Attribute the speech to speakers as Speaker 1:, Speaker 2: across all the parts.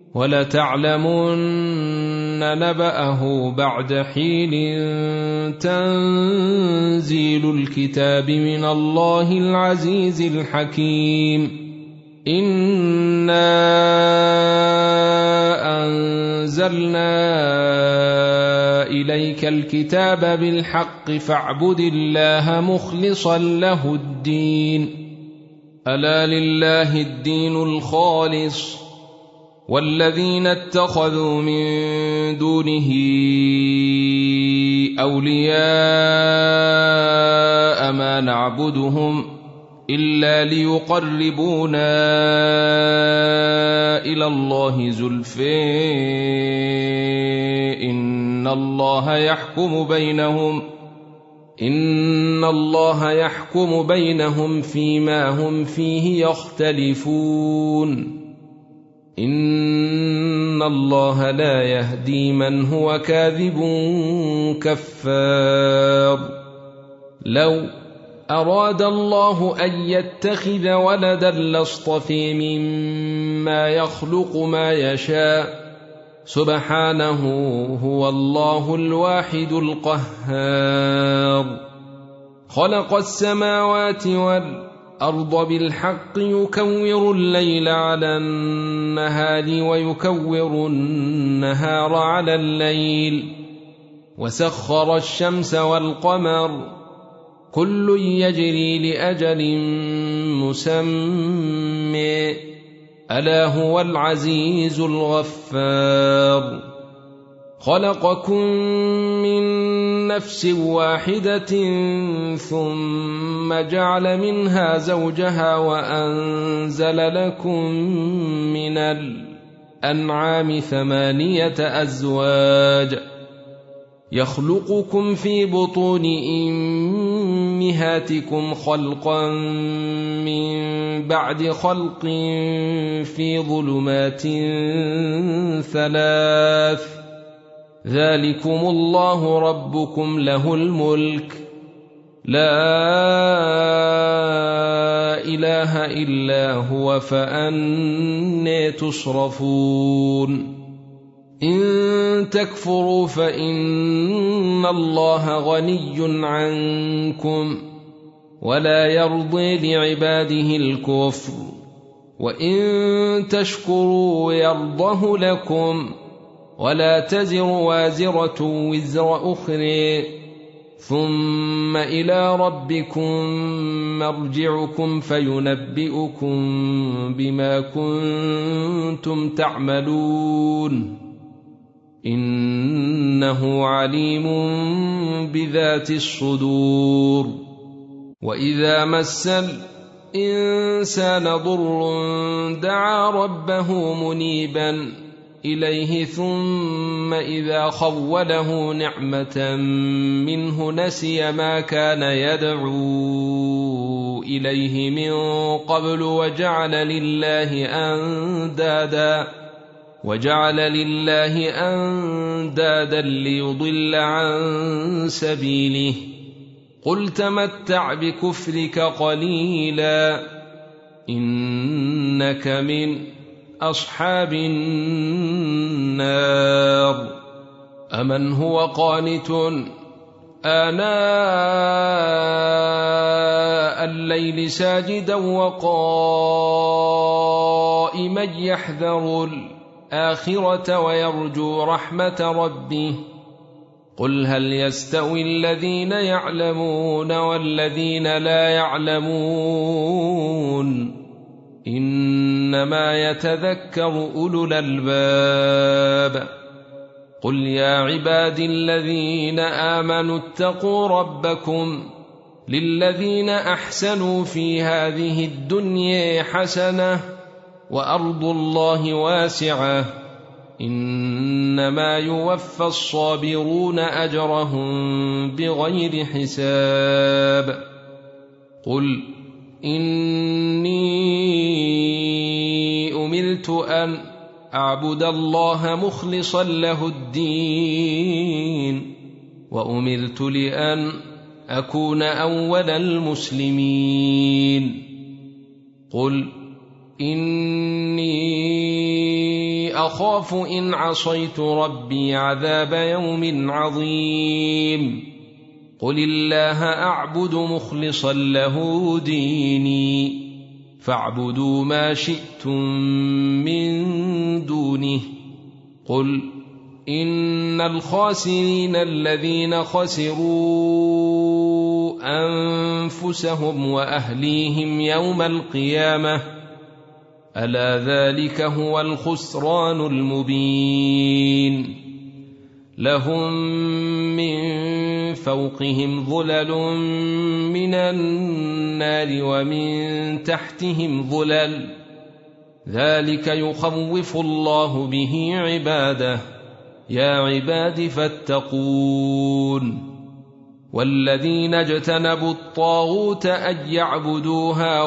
Speaker 1: وَلَتَعْلَمُنَّ نَبَأَهُ بَعْدَ حِينٍ تَنزِيلُ الْكِتَابِ مِنَ اللَّهِ الْعَزِيزِ الْحَكِيمِ إِنَّا أَنزَلْنَا إِلَيْكَ الْكِتَابَ بِالْحَقِّ فَاعْبُدِ اللَّهَ مُخْلِصًا لَهُ الدِّينَ أَلَا لِلَّهِ الدِّينُ الْخَالِصُ وَالَّذِينَ اتَّخَذُوا مِن دُونِهِ أَوْلِيَاءَ مَا نَعْبُدُهُمْ إِلَّا لِيُقَرِّبُونَا إِلَى اللَّهِ زُلْفَىٰ إِنَّ اللَّهَ يَحْكُمُ بَيْنَهُمْ فِيمَا هُمْ فِيهِ يَخْتَلِفُونَ إِنَّ اللَّهَ لا يهدي من هو كاذب كفار لو أراد الله أن يتخذ ولدا لاصطفى مما يخلق ما يشاء سبحانه هو الله الواحد القهار خلق السماوات والأرض بالحق يكور الليل على النهار ويكور النهار على الليل وسخر الشمس والقمر كل يجري لأجل مسمى ألا هو العزيز الغفار خلقكم من نفس واحدة ثم جعل منها زوجها وأنزل لكم من الأنعام 8 أزواج يخلقكم في بطون أمهاتكم خلقا من بعد خلق في ظلمات 3 ذلكم الله ربكم له الملك لا إله إلا هو فأنى تصرفون إن تكفروا فإن الله غني عنكم ولا يرضي لعباده الكفر وإن تشكروا يرضه لكم ولا تزر وازرة وزر أخرى ثم إلى ربكم مرجعكم فينبئكم بما كنتم تعملون إنه عليم بذات الصدور وإذا مس الإنسان ضر دعا ربه منيبا إليه ثم إذا خوله نعمة منه نسي ما كان يدعو إليه من قبل وجعل لله أندادا ليضل عن سبيله قل تمتع بكفرك قليلا إنك من أصحاب النار أمن هو قانت آناء الليل ساجدا وقائما يحذر الآخرة ويرجو رحمة ربه قل هل يستوي الذين يعلمون والذين لا يعلمون إنما يتذكر أولو الألباب قل يا عبادي الذين آمنوا اتقوا ربكم للذين أحسنوا في هذه الدنيا حسنة وأرض الله واسعة إنما يوفى الصابرون أجرهم بغير حساب قل إني أمرت أن أعبد الله مخلصا له الدين وأمرت لأن أكون أول المسلمين قل إني أخاف إن عصيت ربي عذاب يوم عظيم قل الله أعبد مخلصا له ديني فاعبدوا ما شئتم من دونه قل إن الخاسرين الذين خسروا أنفسهم وأهليهم يوم القيامة ألا ذلك هو الخسران المبين لهم من فوقهم ظلل من النار ومن تحتهم ظلل ذلك يخوف الله به عباده يا عباد فاتقون والذين اجتنبوا الطاغوت أن يعبدوها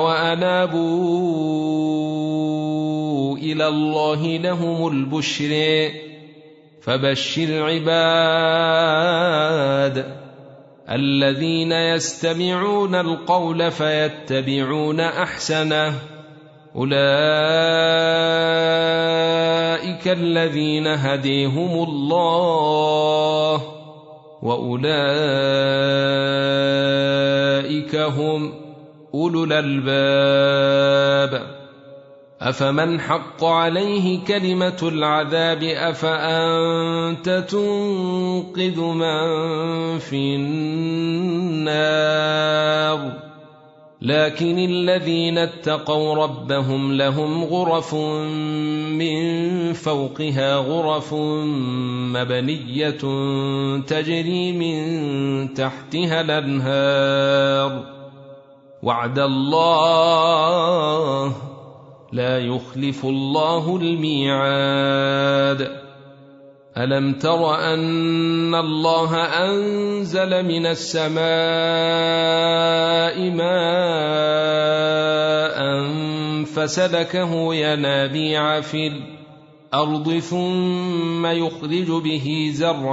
Speaker 1: وأنابوا إلى الله لهم البشر فبشر عباد الذين يستمعون القول فيتبعون أحسنه أولئك الذين هديهم الله وأولئك هم أولو الألباب أفمن حق عليه كلمة العذاب أفأنت تنقذ من في النار لكن الذين اتقوا ربهم لهم غرف من فوقها غرف مبنية تجري من تحتها الأنهار وعد الله لا يخلف الله الميعاد ألم تر أن الله أنزل من السماء ماء فسلكه ينابيع في الأرض ثم يخرج به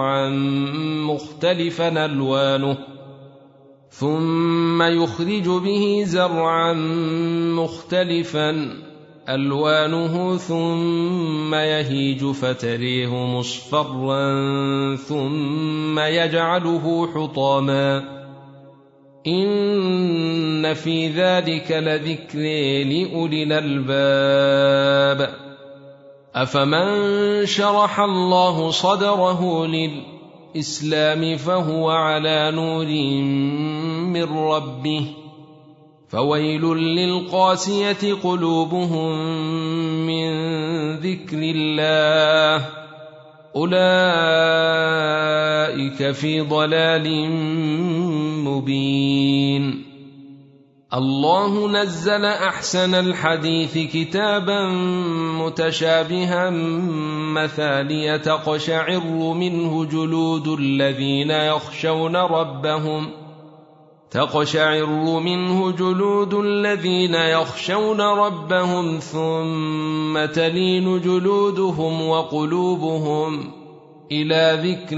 Speaker 1: زرعا مختلفا ألوانه ثم يهيج فتريه مصفرا ثم يجعله حطاما إن في ذلك لذكر لأولي الألباب أفمن شرح الله صدره للإسلام فهو على نور من ربه فويل للقاسية قلوبهم من ذكر الله أولئك في ضلال مبين الله نزل أحسن الحديث كتابا متشابها مثانية تقشعر منه جلود الذين يخشون ربهم ثم تلين جلودهم وقلوبهم إلى ذكر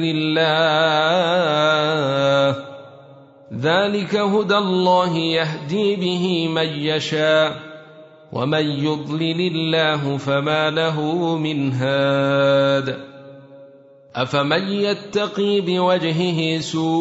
Speaker 1: الله ذلك هدى الله يهدي به من يشاء ومن يضلل الله فما له من هاد أفمن يتقي بوجهه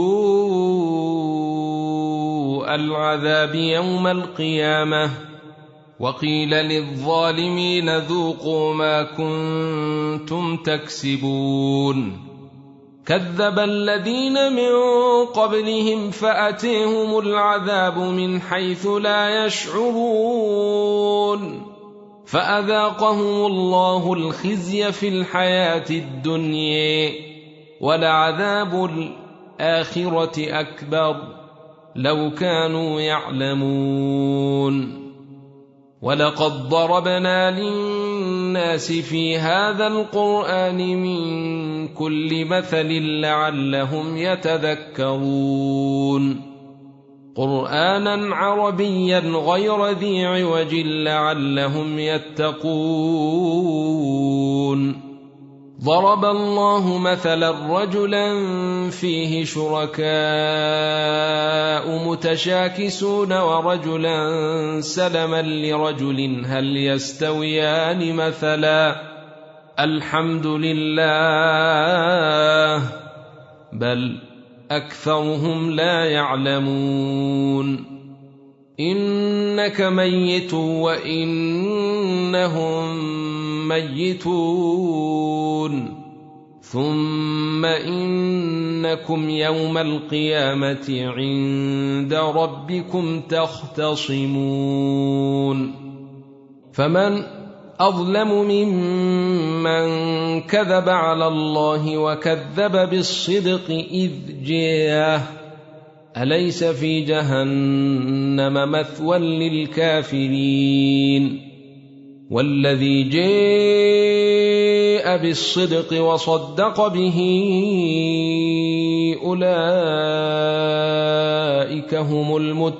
Speaker 1: سوء العذاب يوم القيامة وقيل للظالمين ذوقوا ما كنتم تكسبون كذب الذين من قبلهم فأتيهم العذاب من حيث لا يشعرون فأذاقهم الله الخزي في الحياة الدنيا ولعذاب الآخرة أكبر لو كانوا يعلمون ولقد ضربنا للناس في هذا القرآن من كل مثل لعلهم يتذكرون قرآنا عربيا غير ذي عوج لعلهم يتقون ضرب الله مثلا رجلا فيه شركاء متشاكسون ورجلا سلما لرجل هل يستويان مثلا الحمد لله بل أكثرهم لا يعلمون إنك ميت وإنهم ميتون ثم إنكم يوم القيامة عند ربكم تختصمون فمن أظلم ممن كذب على الله وكذب بالصدق إذ جاءه أليس في جهنم مثوى للكافرين والذي جاء بالصدق وصدق به أولئك هم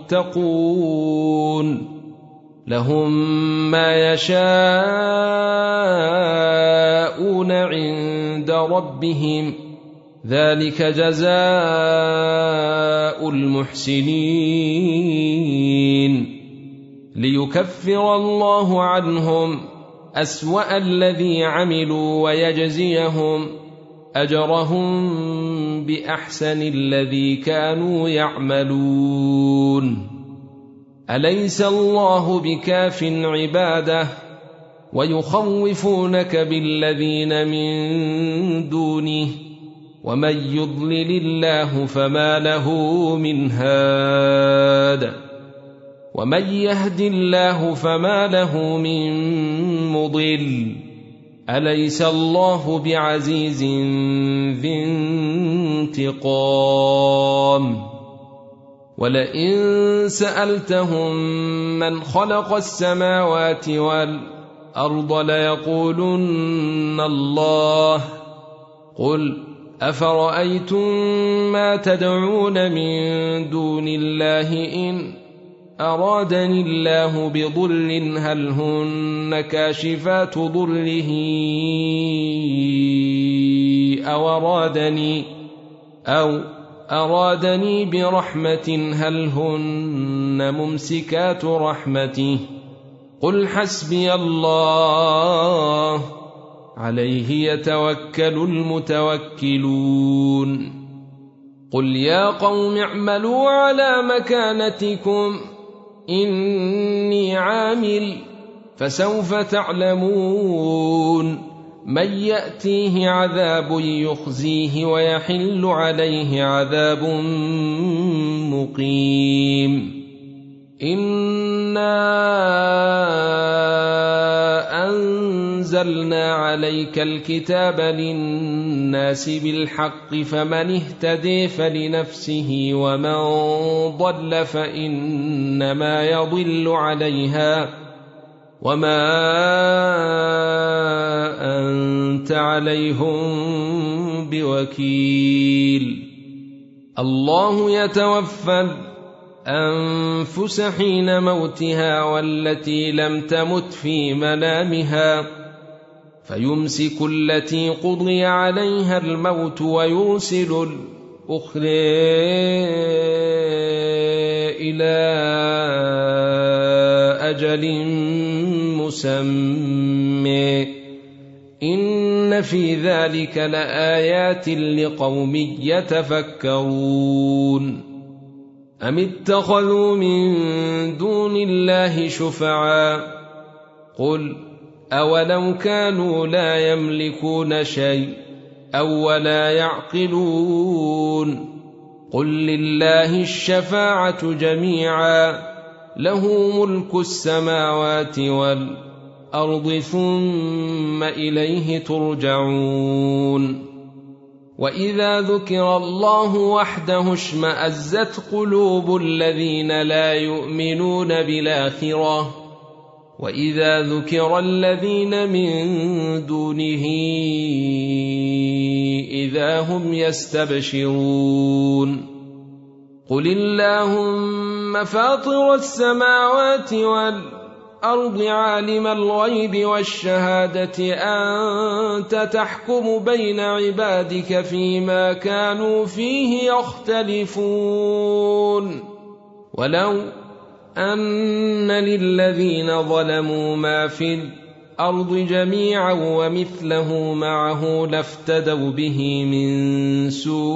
Speaker 1: المتقون لهم ما يشاءون عند ربهم ذلك جزاء المحسنين ليكفر الله عنهم أسوأ الذي عملوا ويجزيهم أجرهم بأحسن الذي كانوا يعملون أليس الله بكاف عباده ويخوفونك بالذين من دونه ومن يضلل الله فما له من هاد ومن يهد الله فما له من مضل أليس الله بعزيز ذي انتقام ولئن سألتهم من خلق السماوات والأرض ليقولن الله قل أفرأيتم ما تدعون من دون الله إن أرادني الله بضر هل هن كاشفات ضره أو أرادني برحمة هل هن ممسكات رحمته قل حسبي الله عليه يتوكل المتوكلون قل يا قوم اعملوا على مكانتكم إني عامل فسوف تعلمون من يأتيه عذاب يخزيه ويحل عليه عذاب مقيم إنا أنزلنا عليك الكتاب للناس بالحق فمن اهتدي فلنفسه ومن ضل فإنما يضل عليها وما أنت عليهم بوكيل الله يتوفى الأنفس حين موتها والتي لم تمت في منامها فيمسك التي قضي عليها الموت ويرسل الأخرى إلى أجل مسمى إن في ذلك لآيات لقوم يتفكرون أم اتخذوا من دون الله شفعاء قل أولو كانوا لا يملكون شيء أو ولا يعقلون قل لله الشفاعة جميعا له ملك السماوات والأرض ثم إليه ترجعون وإذا ذكر الله وحده اشمأزت قلوب الذين لا يؤمنون بالآخرة وإذا ذكر الذين من دونه إذا هم يستبشرون قل اللهم فاطر السماوات والأرض الأرض عالم الغيب والشهادة أنت تحكم بين عبادك فيما كانوا فيه يختلفون ولو أن للذين ظلموا ما في الأرض جميعا ومثله معه لافتدوا به من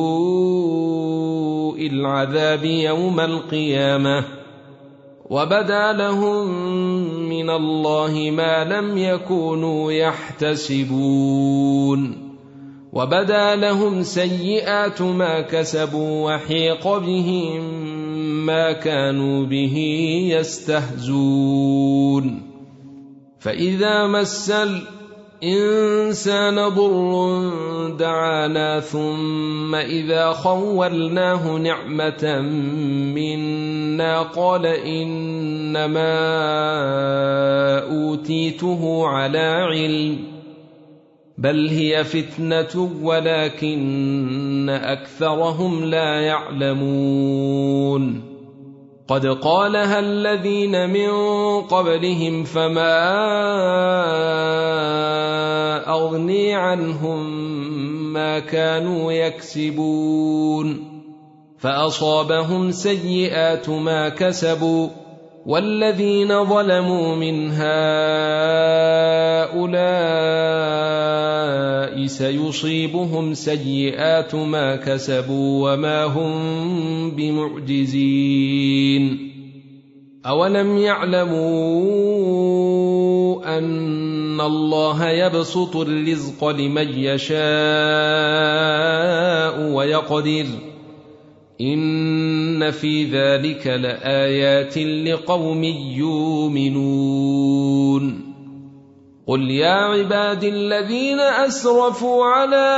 Speaker 1: سوء العذاب يوم القيامة وبدا لهم من الله ما لم يكونوا يحتسبون وبدا لهم سيئات ما كسبوا وحيق بهم ما كانوا به يستهزون فإذا مس الإنسان ضر دعانا ثم إذا خولناه نعمة منا قال إنما أوتيته على علم بل هي فتنة ولكن أكثرهم لا يعلمون قد قالها الذين من قبلهم فما أغني عنهم ما كانوا يكسبون فأصابهم سيئات ما كسبوا والذين ظلموا من هؤلاء سيصيبهم سيئات ما كسبوا وما هم بمعجزين أولم يعلموا أن الله يبسط الرزق لمن يشاء ويقدر إن في ذلك لآيات لقوم يؤمنون قل يا عبادي الذين أسرفوا على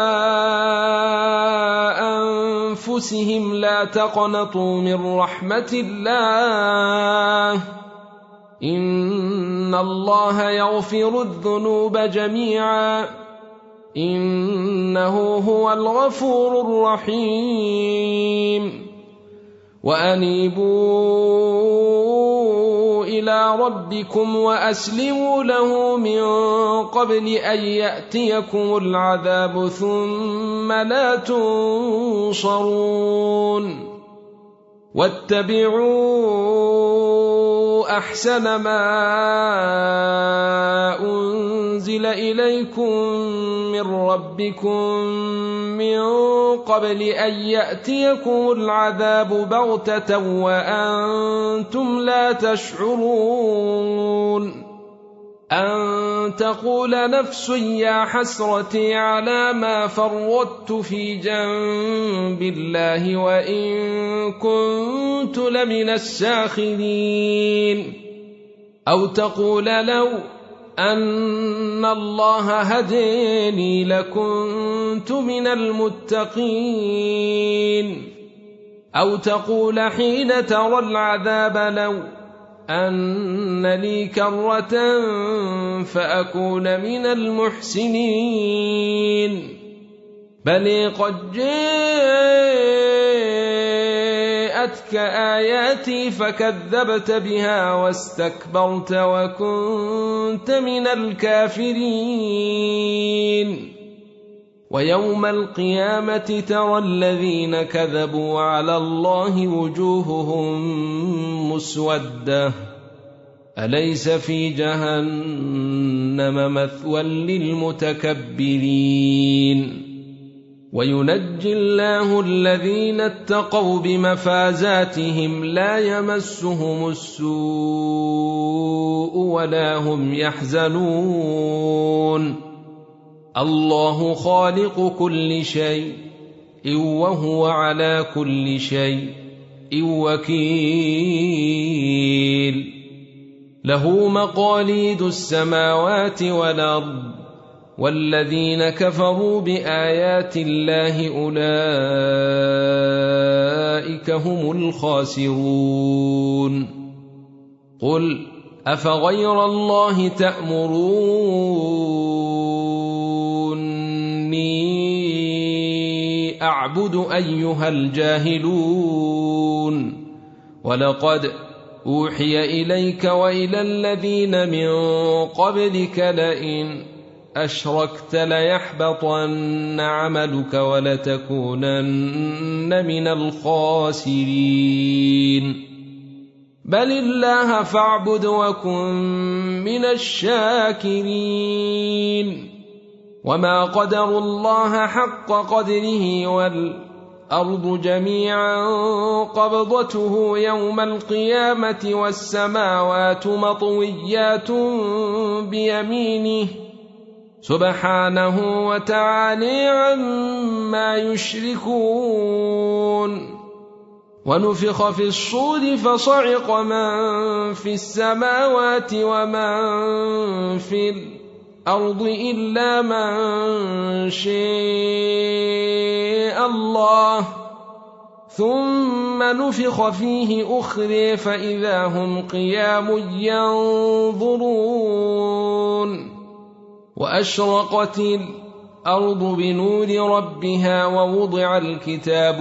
Speaker 1: أنفسهم لا تقنطوا من رحمة الله إن الله يغفر الذنوب جميعا إنه هو الغفور الرحيم وأنيبوا إلى ربكم وأسلموا له من قبل أن يأتيكم العذاب ثم لا تنصرون واتبعوا أحسن ما أنزل إليكم من ربكم من قبل أن يأتيكم العذاب بغتة وأنتم لا تشعرون أن تقول نفس يا حسرتي على ما فرطت في جنب الله وإن كنت لمن الساخرين أو تقول لو أن الله هديني لكنت من المتقين أو تقول حين ترى العذاب لو أن لي كرة فأكون من المحسنين بل قد جاءتك آياتي فكذبت بها واستكبرت وكنت من الكافرين ويوم القيامة ترى الذين كذبوا على الله وجوههم مسودة أليس في جهنم مثوى للمتكبرين وينجي الله الذين اتقوا بمفازاتهم لا يمسهم السوء ولا هم يحزنون الله خالق كل شيء وهو على كل شيء وكيل له مقاليد السماوات والأرض والذين كفروا بآيات الله أولئك هم الخاسرون قل أفغير الله تأمروني أعبد أيها الجاهلون ولقد أوحي إليك وإلى الذين من قبلك لئن أشركت ليحبطن عملك ولتكونن من الخاسرين بل الله فاعبد وكن من الشاكرين وما قدروا الله حق قدره والأرض جميعا قبضته يوم القيامة والسماوات مطويات بيمينه سبحانه وتعالى عما يشركون ونفخ في الصور فصعق من في السماوات ومن في الأرض إلا من شاء الله ثم نفخ فيه أخرى فإذا هم قيام ينظرون وأشرقت الأرض بنور ربها ووضع الكتاب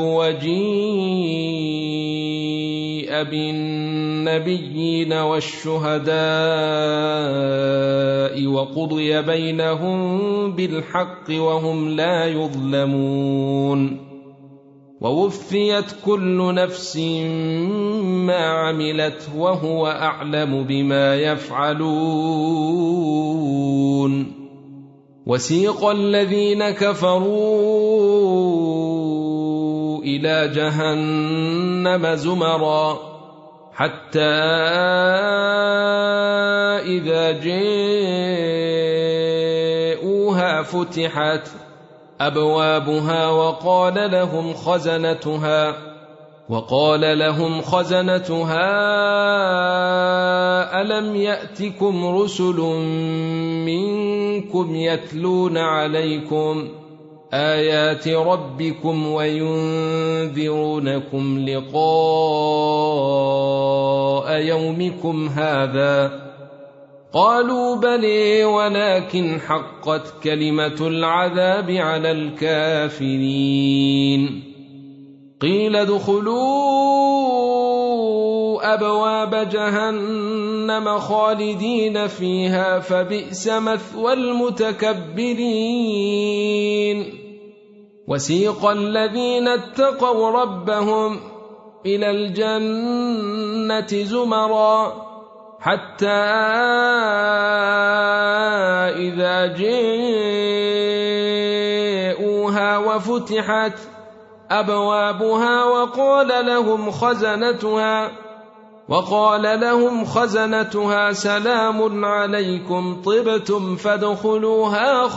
Speaker 1: وجيء بالنبيين والشهداء وقضي بينهم بالحق وهم لا يظلمون ووفيت كل نفس ما عملت وهو أعلم بما يفعلون وسيق الذين كفروا إلى جهنم زمرا حتى إذا جاءوها فتحت أبوابها وقال لهم خزنتها ألم يأتكم رسل منكم يتلون عليكم آيات ربكم وينذرونكم لقاء يومكم هذا قالوا بلى ولكن حقت كلمة العذاب على الكافرين قيل ادخلوا أبواب جهنم خالدين فيها فبئس مثوى المتكبرين وسيق الذين اتقوا ربهم إلى الجنة زمرا حتى إذا جاءوها وفتحت أبوابها وقال لهم خزنتها سلام عليكم طبتم فادخلوها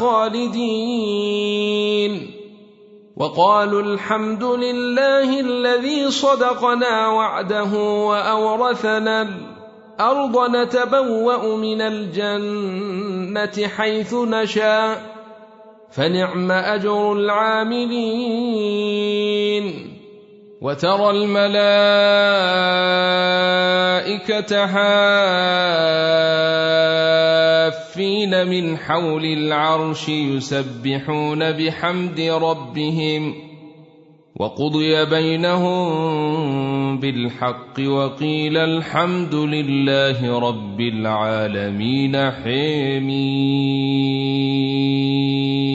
Speaker 1: خالدين وقالوا الحمد لله الذي صدقنا وعده وأورثنا الأرض نتبوأ من الجنة حيث نشاء فنعم أجر العاملين وترى الملائكة حافين من حول العرش يسبحون بحمد ربهم وقضي بينهم بالحق وقيل الحمد لله رب العالمين حميد.